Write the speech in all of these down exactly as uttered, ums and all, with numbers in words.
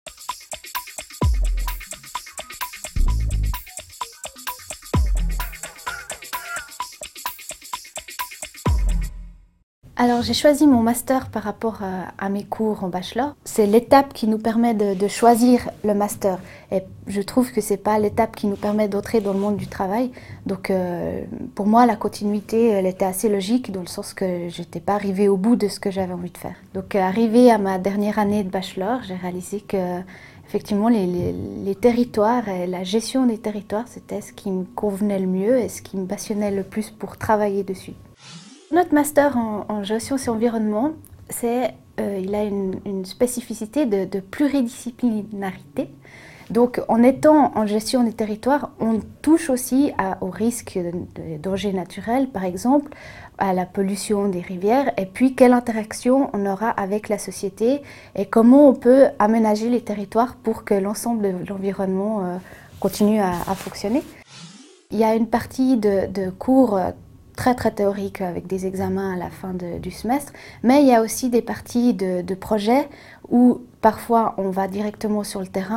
Alors j'ai choisi mon master par rapport à, à mes cours en bachelor. C'est l'étape qui nous permet de, de choisir le master. Et je trouve que c'est pas l'étape qui nous permet d'entrer dans le monde du travail. Donc euh, pour moi la continuité elle était assez logique dans le sens que j'étais pas arrivée au bout de ce que j'avais envie de faire. Donc euh, arrivée à ma dernière année de bachelor, j'ai réalisé que effectivement les, les, les territoires et la gestion des territoires c'était ce qui me convenait le mieux et ce qui me passionnait le plus pour travailler dessus. Notre master en, en géosciences et environnement, c'est, euh, il a une, une spécificité de, de pluridisciplinarité. Donc en étant en gestion des territoires, on touche aussi à, au risque de, de dangers naturels, par exemple, à la pollution des rivières, et puis quelle interaction on aura avec la société et comment on peut aménager les territoires pour que l'ensemble de l'environnement euh, continue à, à fonctionner. Il y a une partie de, de cours très très théorique avec des examens à la fin de, du semestre, mais il y a aussi des parties de, de projets où parfois on va directement sur le terrain.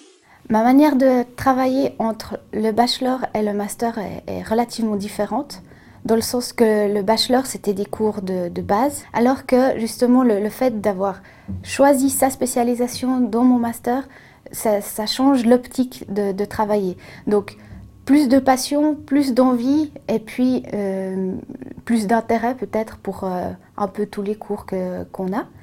Ma manière de travailler entre le bachelor et le master est, est relativement différente, dans le sens que le bachelor c'était des cours de, de base, alors que justement le, le fait d'avoir choisi sa spécialisation dans mon master, ça, ça change l'optique de, de travailler. Donc, plus de passion, plus d'envie et puis euh, plus d'intérêt peut-être pour euh, un peu tous les cours que, qu'on a.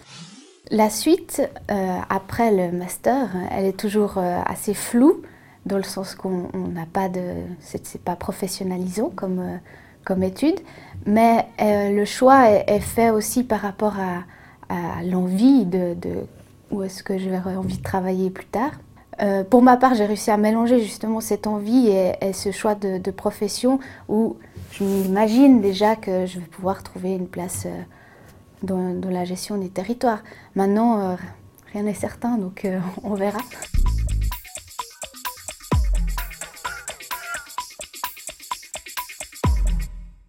La suite, euh, après le master, elle est toujours euh, assez floue, dans le sens qu'on n'a pas de... c'est, c'est pas professionnalisant comme, euh, comme étude, mais euh, le choix est, est fait aussi par rapport à, à l'envie de, de où est-ce que j'aurais envie de travailler plus tard. Euh, pour ma part, j'ai réussi à mélanger justement cette envie et, et ce choix de, de profession où je m'imagine déjà que je vais pouvoir trouver une place euh, dans, dans la gestion des territoires. Maintenant, euh, rien n'est certain, donc euh, on verra.